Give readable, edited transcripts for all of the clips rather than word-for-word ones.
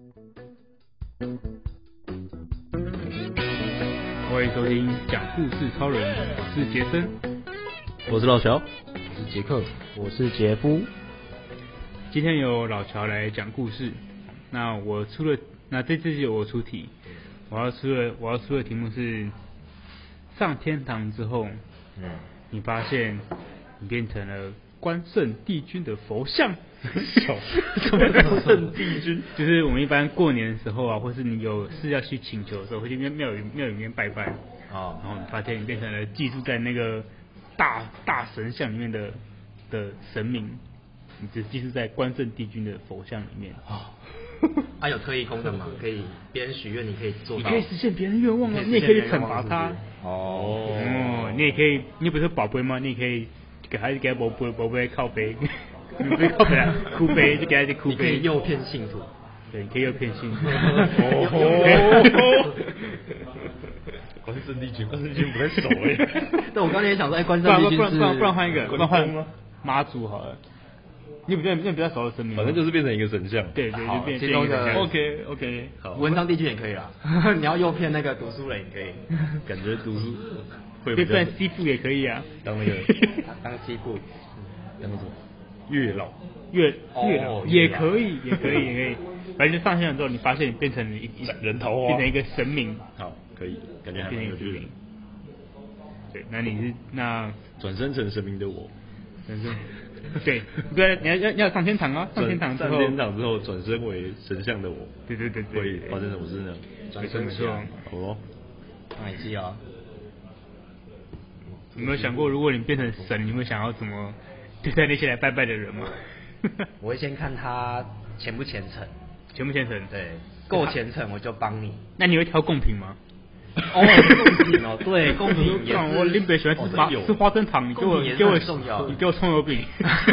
欢迎收听讲故事超人，我是杰森， 我是老乔，我是杰克， 我是杰夫。 今天由老乔来讲故事，那这次我出题，我要出的题目是上天堂之后，你发现你变成了关圣帝君的佛像。 什么关圣帝君？ 就是我们一般过年的时候啊，或是你有事要去请求的时候，会去庙里面拜拜。然后你发现你变成了寄宿在那个大神像里面的神明，你只寄宿在关圣帝君的佛像里面。 有特异功能吗？可以别人许愿，你可以做到。 你可以实现别人愿望啊，你也可以惩罚他。你也可以，你不是宝贝吗？你也可以给他宝贝靠背。你不是靠背啊，哭背就给他一哭背。 你可以诱骗信徒。 对，你可以诱骗信徒。 关圣帝君不太熟哎。 对，我刚才也想说，关圣帝君是不然换一个，不然换妈祖好了。你比较熟的神明， 反正就是变成一个神像。 对，就变其中一个 OK， 好。 文昌帝君也可以啦。你要诱骗那个读书人也可以。 感觉读书会比较。变西部也可以啊。 当那个当西部， 当什么？月老也可以，反正就上线了之后，你发现你变成一人头花， 变成一个神明。 好，可以，感觉还蛮有趣的。 对，那转身成神明的我， 对，你要上天堂啊！上天堂之后转身为神像的我， 对， 会发生什么事呢？ 转身为哪一季啊？ 有没有想过，如果你变成神，你会想要怎么对待那些来拜拜的人吗？ 我会先看他虔不虔诚。 虔不虔诚？ 对，够虔诚我就帮你。 那你会挑贡品吗？ 贡品哦，对，贡品也是。 我林北喜欢吃花生糖，你给我重要， 你给我葱油饼。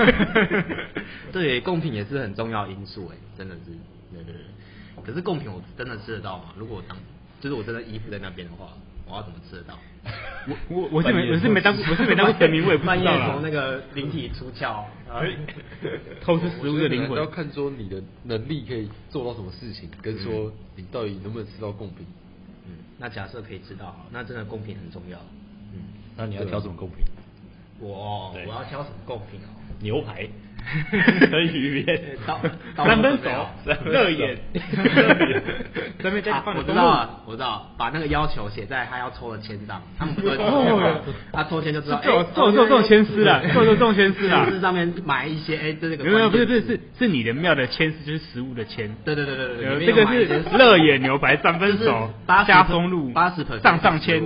对，贡品也是很重要因素真的是。对。可是贡品我真的吃得到吗？如果就是我真的依附在那边的话，我要怎么吃得到？ 我是没当过神明，我也不知道啦。 半夜从那个灵体出窍， 偷吃食物的灵魂。 要看说你的能力可以做到什么事情，跟说你到底能不能吃到贡品。 那假设可以吃到，那真的贡品很重要。 那你要挑什么贡品？ 我要挑什么贡品哦？ 牛排。和鱼片， 三分熟，热眼，上面再放我知道，把那个要求写在他要抽的签上，他们不会他抽签就知道， 这种签诗啦，这种签诗啦， 就是上面买一些，这个没有，不是你的庙的签诗，就是食物的签， 对， 这个是热眼牛排三分熟，加松露 80% 上签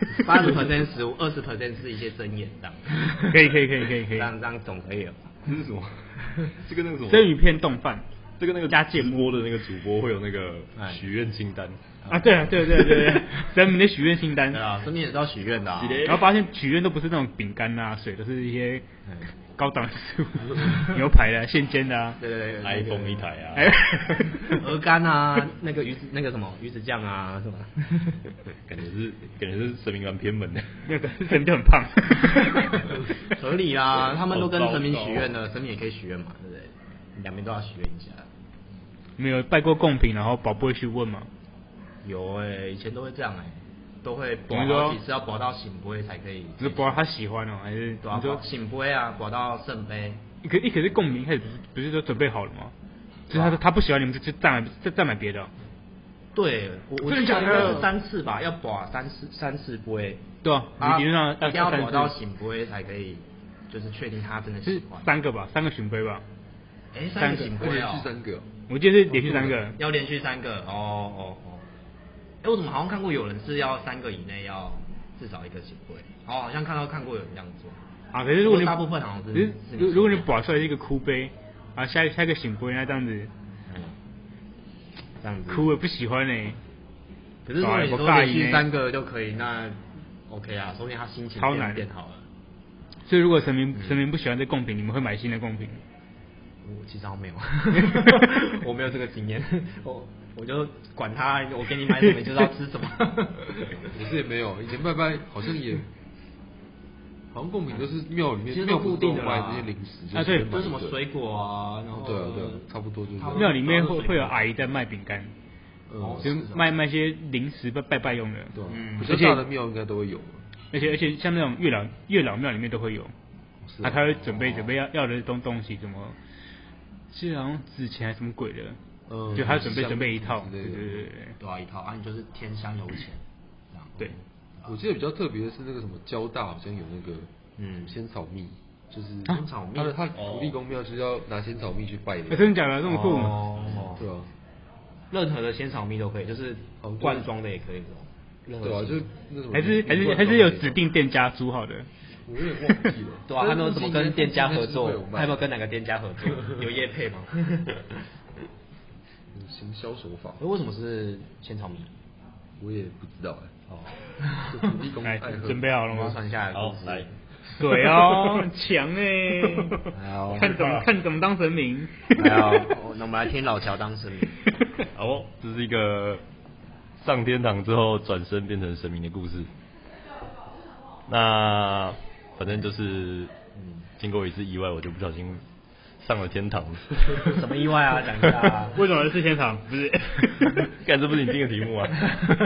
，80% 食物，20% 是一些真言这样， 可以， 这样总可以了。 这是什么？这个那个什么？ 生鱼片冻饭， 这个那个加芥末的那个主播会有那个许愿清单啊，对，神明的许愿清单， 对啊，神明也是要许愿的啊。 然后发现许愿都不是那种饼干啊、水，都是一些高档食物，牛排的、现煎的啊， 对 ，iPhone 一台啊， 鹅肝啊，那个鱼子酱啊，是吧？ 感觉是神明蛮偏门的， 那个神明就很胖， 合理啦，他们都跟神明许愿了，神明也可以许愿嘛，对不对？两边都要许愿一下。 没有拜过贡品，然后宝不会去问吗？ 有以前都会这样都会保好几次，要保到醒杯才可以。 是保他喜欢还是？ 你说醒杯啊，保到圣杯。 可是贡品一开始不是都准备好了吗？就是他不喜欢你们就再买别的。 对，我记得应该是3次吧，要保三次杯。 对啊，理论上一定要保到醒杯才可以，就是确定他真的喜欢。 3个吧，3个醒杯吧。 3个醒杯连续3个。 我记得是连续3个。 要连续3个哦。我怎么好像看过有人是要3个以内要至少1个醒杯？好像看过有人这样做。 可是如果你大部分好像是， 如果你保出来是一个哭杯，下一个醒杯，那这样子，哭我不喜欢可是如果你说连续3个就可以，那 OK 啊，说明他心情变好了。 所以如果神明不喜欢这贡品，你们会买新的贡品？ 我其实好像没有，我没有这个经验，我就管他，我给你买什么，你就知道吃什么。 我是也没有，以前拜拜好像也好像贡品就是庙里面其实都庙不是都固定的啦有卖这些零食， 啊对就是什么水果啊，然后对啊对啊，差不多就是这样。 庙里面会有阿姨在卖饼干，就是卖一些零食拜用的， 对啊， 嗯比较大的庙应该都会有嘛。 而且像那种月老庙里面都会有， 是啊他会准备要的东西，什么，是好像纸钱还是什么鬼的，就他准备一套，对对对对， 对啊一套，你就是添香油钱，这样对。 我记得比较特别的是那个什么交大好像有那个仙草蜜，就是仙草蜜他土地公庙就是要拿仙草蜜去拜的。 真的假的这么酷？ 对啊， 任何的仙草蜜都可以，就是罐装的也可以的。 对啊，就那种还是有指定店家煮好的。 我有点忘记了。 对啊，他们怎么跟店家合作？他有没有跟哪个店家合作？有业配吗？ 行销手法。 为什么是仙草蜜？ 我也不知道哦， 就土地公爱喝。 准备好了吗？ 传下来。 好，来。 对哦，很强哎！看怎么当神明。 好，那我们来听老乔当神明。 好，这是一个上天堂之后转身变成神明的故事。那反正就是经过一次意外，我就不小心上了天堂。 什么意外啊？讲一下啊。 为什么是天堂？不是？ 干，这不是你定的题目啊。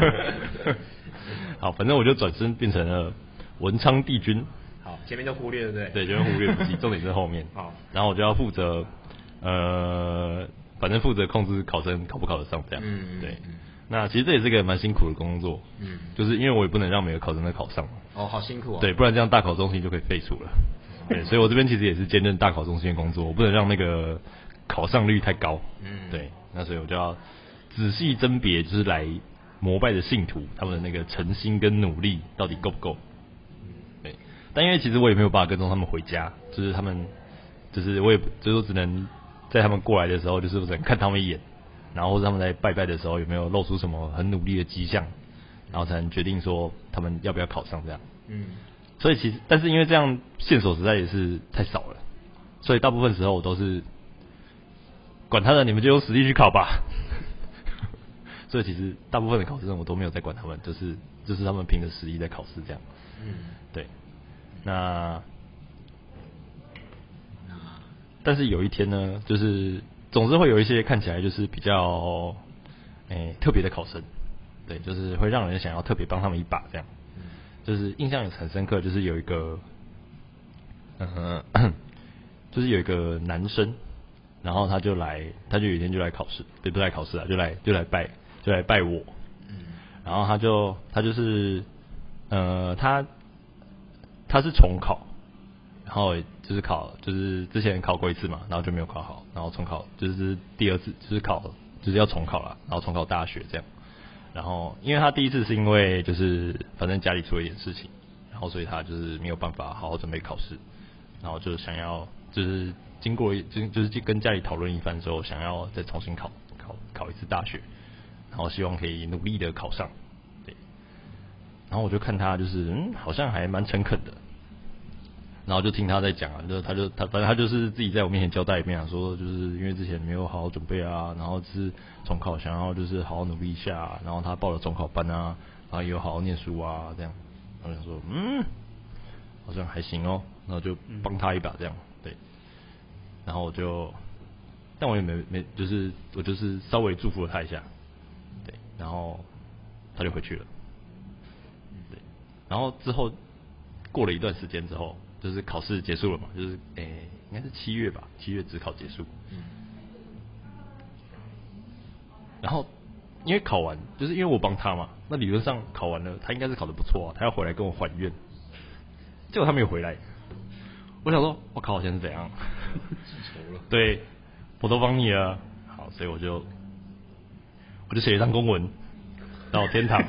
好，反正我就转身变成了文昌帝君。 好，前面就忽略，对不对？ 对，前面忽略不计，重点是后面。 好， 然后我就要负责，反正负责控制考生考不考得上这样。对。那其实这也是个蛮辛苦的工作。就是因为我也不能让每个考生都考上。 哦，好辛苦哦。 对，不然这样大考中心就可以废除了。对，所以我这边其实也是兼任大考中心的工作，我不能让那个考上率太高。对，那所以我就要仔细甄别，就是来膜拜的信徒他们的那个诚心跟努力到底够不够。对，但因为其实我也没有办法跟踪他们回家，就是他们，就是我也就是只能在他们过来的时候，就是我只能看他们一眼，然后或者他们在拜拜的时候有没有露出什么很努力的迹象，然后才能决定说他们要不要考上这样。所以其实，但是因为这样线索实在也是太少了，所以大部分时候我都是管他的，你们就用实力去考吧。所以其实大部分的考生我都没有在管他们，就是他们凭着实力在考试这样。对。那但是有一天呢，就是总是会有一些看起来就是比较特别的考生，对，就是会让人想要特别帮他们一把这样。就是印象也很深刻，就是有一个，就是有一个男生，然后他就有一天就来考试，不是来考试啊，就来拜我，然后他就是他是重考，然后就是之前考过一次嘛，然后就没有考好，然后重考就是第二次就是要重考了，然后重考大学这样。然后，因为他第一次是因为就是反正家里出了一点事情，然后所以他就是没有办法好好准备考试，然后就想要就是经过就是跟家里讨论一番之后，想要再重新考一次大学，然后希望可以努力的考上，对。然后我就看他就是好像还蛮诚恳的，然后就听他在讲啊，反正他就是自己在我面前交代一遍啊，说就是因为之前没有好好准备啊，然后是重考想要就是好好努力一下啊，然后他报了重考班啊，然后也有好好念书啊这样，然后想说好像还行哦，然后就帮他一把这样，对，然后但我也没就是我就是稍微祝福了他一下，对，然后他就回去了，对，然后之后过了一段时间之后。就是考试结束了嘛，就是应该是7月吧，7月指考结束。然后因为考完，就是因为我帮他嘛，那理论上考完了，他应该是考得不错啊，他要回来跟我还愿。结果他没有回来，我想说，我靠，现在是怎样？对，我都帮你了，好，所以我就写一张公文到天堂，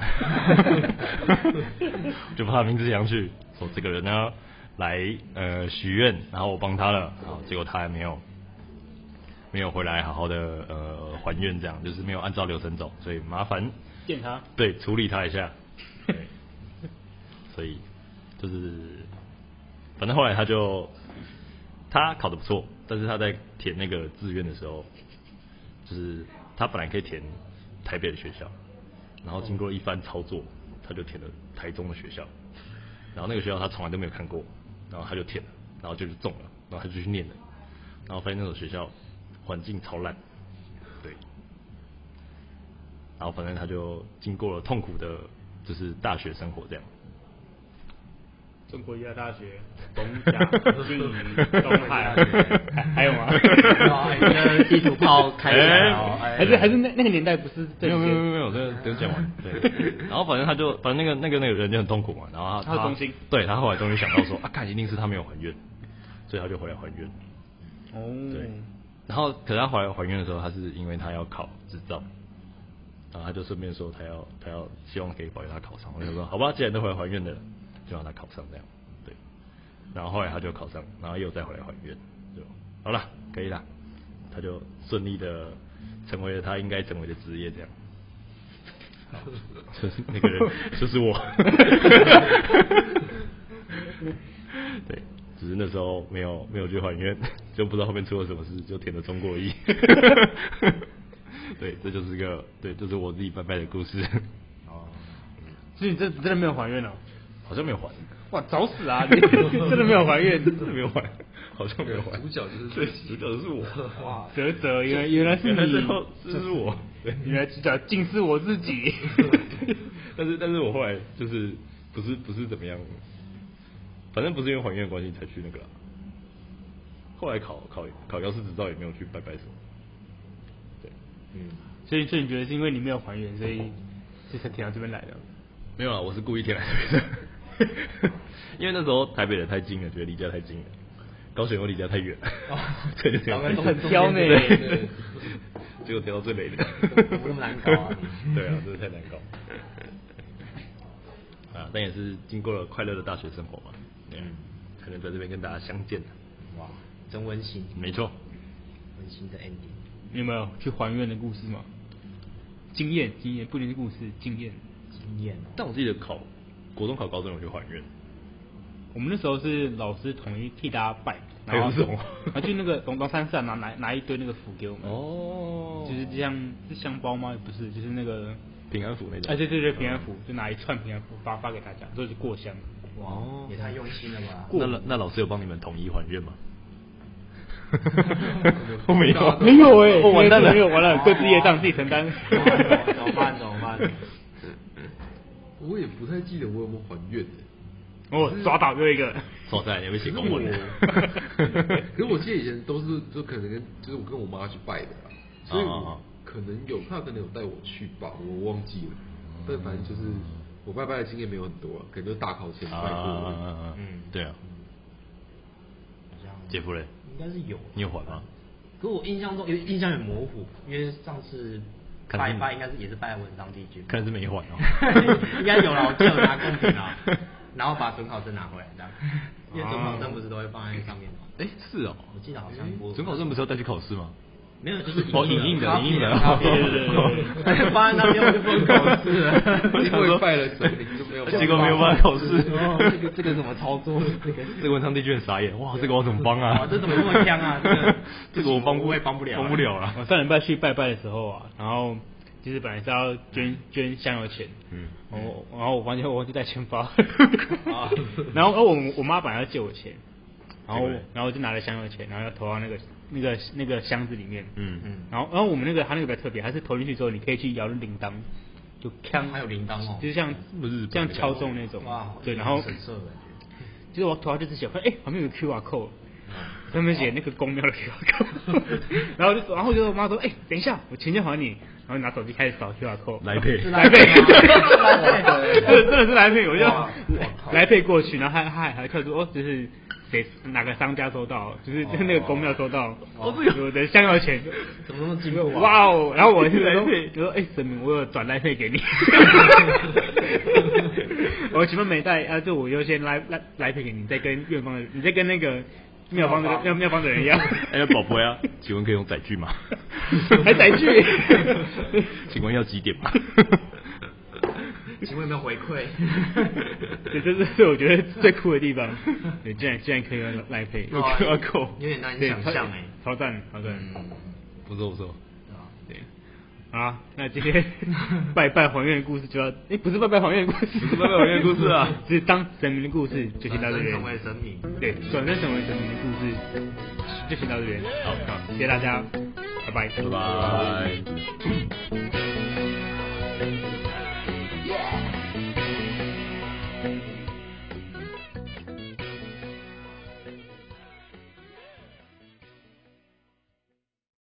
就把他名字写上去，说这个人呢。来许愿，然后我帮他了，好，结果他还没有回来好好的还愿，这样就是没有按照流程走，所以麻烦见他， 对，处理他一下，对，所以就是反正后来他考得不错，但是他在填那个志愿的时候，就是他本来可以填台北的学校，然后经过一番操作，他就填了台中的学校，然后那个学校他从来都没有看过。 然后他就填了，然后就中了，然后他就去念了，然后发现那所学校环境超烂，对，然后反正他就经过了痛苦的，就是大学生活这样。 中国医药大学、东甲、金鱼、东海，还有吗？ 你的地图炮开起来哦， 还是那个年代不是没有，这个讲完。对，然后反正那个人就很痛苦嘛，然后他中心， 对他后来终于想到说看一定是他没有还愿，所以他就回来还愿。 哦， 对，然后可是他回来还愿的时候，他是因为他要考执照，然后他就顺便说他要希望可以保佑他考上，我就说好吧，既然都回来还愿的了，就让他考上这样。对，然后后来他就考上，然后又再回来还愿，就好了，可以了，他就顺利的成为了他应该成为的职业这样。就是那个人就是我。对，只是那时候没有去还愿，就不知道后面出了什么事，就填了中国医。对，这就是我自己拜拜的故事。 哦，所以你真的没有还愿哦？ 好像没有还。 哇，找死啊！你真的没有还愿？ 真的没有还，好像没有还。 主角就是对，主角就是我。 哇，泽，原来是你， 这是我。对， 原来主角竟是我自己。 但是我后来就是不是怎么样，反正不是因为还愿的关系才去那个啦。后来考药师执照也没有去拜拜什么。对， 所以你觉得是因为你没有还愿，所以才填到这边来的？ 没有啊，我是故意填来这边的。因为那时候台北的太近了，觉得离家太近了，高雄又离家太远了，所以就这样。 很挑呢， 结果挑到最美的。 怎么那么难搞啊？ 对啊，真的太难搞。啊，但也是经过了快乐的大学生活嘛，才能在这边跟大家相见的。 哇，真温馨。 没错， 温馨的 ending。 你有没有去还愿的故事吗？经验，不仅是故事，经验。 但我记得国中考高中有去还愿。 我们那时候是老师统一替大家拜，然后去那个龙山寺拿一堆那个符给我们。哦。就是这样，是香包吗？不是，就是那个平安符那种。 对，平安符，就拿一串平安符发给大家，所以是过香。 哇，也太用心了吧！ 那老师有帮你们统一还愿吗？我没有， 我完蛋了，完了，各自业障自己承担。 怎么办？ 我也不太记得我有没有还愿的。 抓到又一个， 哇塞，你会写公文。 可是我记得以前都是就可能就是我跟我妈去拜的啦，所以我可能他可能有带我去吧，我忘记了。但反正就是我拜的经验没有很多啊，可能就大考前拜过。 对啊。姐夫嘞？ 应该是有。 你有还吗？ 可我印象中印象很模糊，因为上次拜应该也是拜文章帝君， 可能是没还哦。 应该有啦，我记得有拿贡品啊，然后把准考证拿回来这样，因为准考证不是都会放在上面吗？ 是哦， 我记得好像准考证不是要带去考试吗？ 没有，就是影印的， 对，放在那边我就不用考试了， 因为拜了神明就没有， 结果没有办法考试。 这个怎么操作？ 这个文昌帝君很傻眼，哇，这个我怎么帮啊？ 这怎么那么香啊？ 这个我帮不了， 帮不了。 我上礼拜去拜的时候啊，然后就是本来是要捐香油钱，然后我忘记带钱包，然后我妈本来要借我钱，然后我就拿了香油钱，然后要投到那个箱子里面，然后我们他那个比较特别，它是投进去之后你可以去摇铃铛，就锵， 还有铃铛哦， 就是像敲钟那种，对，然后神社的感觉， 就是我投下去之前，旁边有个 QR code。上面写那个公庙的 QR code，然后我就我妈说，等一下，我钱先还你，然后拿手机开始扫 QR code， 来配， 真的是来配，我就来配过去，然后他还看说就是哪个商家收到，就是那个公庙收到，我的香油钱怎么那么进步啊？ 哇哦！然后我就来配，就说神明，我有转来配给你，我前面没带，就我优先来配给你，再跟你再跟那个。妙方的人一样。 宝贝啊，请问可以用载具吗？ 还载具？ 请问要几点吗？ 请问有没有回馈？ 对，这是我觉得最酷的地方。对，竟然可以用来配， 有点难以想象超赞。 不错。 对， 好，那今天拜拜还愿的故事就要，不是拜拜还愿的故事， 不是拜拜还愿的故事啊， 是当神明的故事就先到这边。 成为神明， 对，转身成为神明的故事就先到这边。好，谢谢大家，拜拜， 拜拜。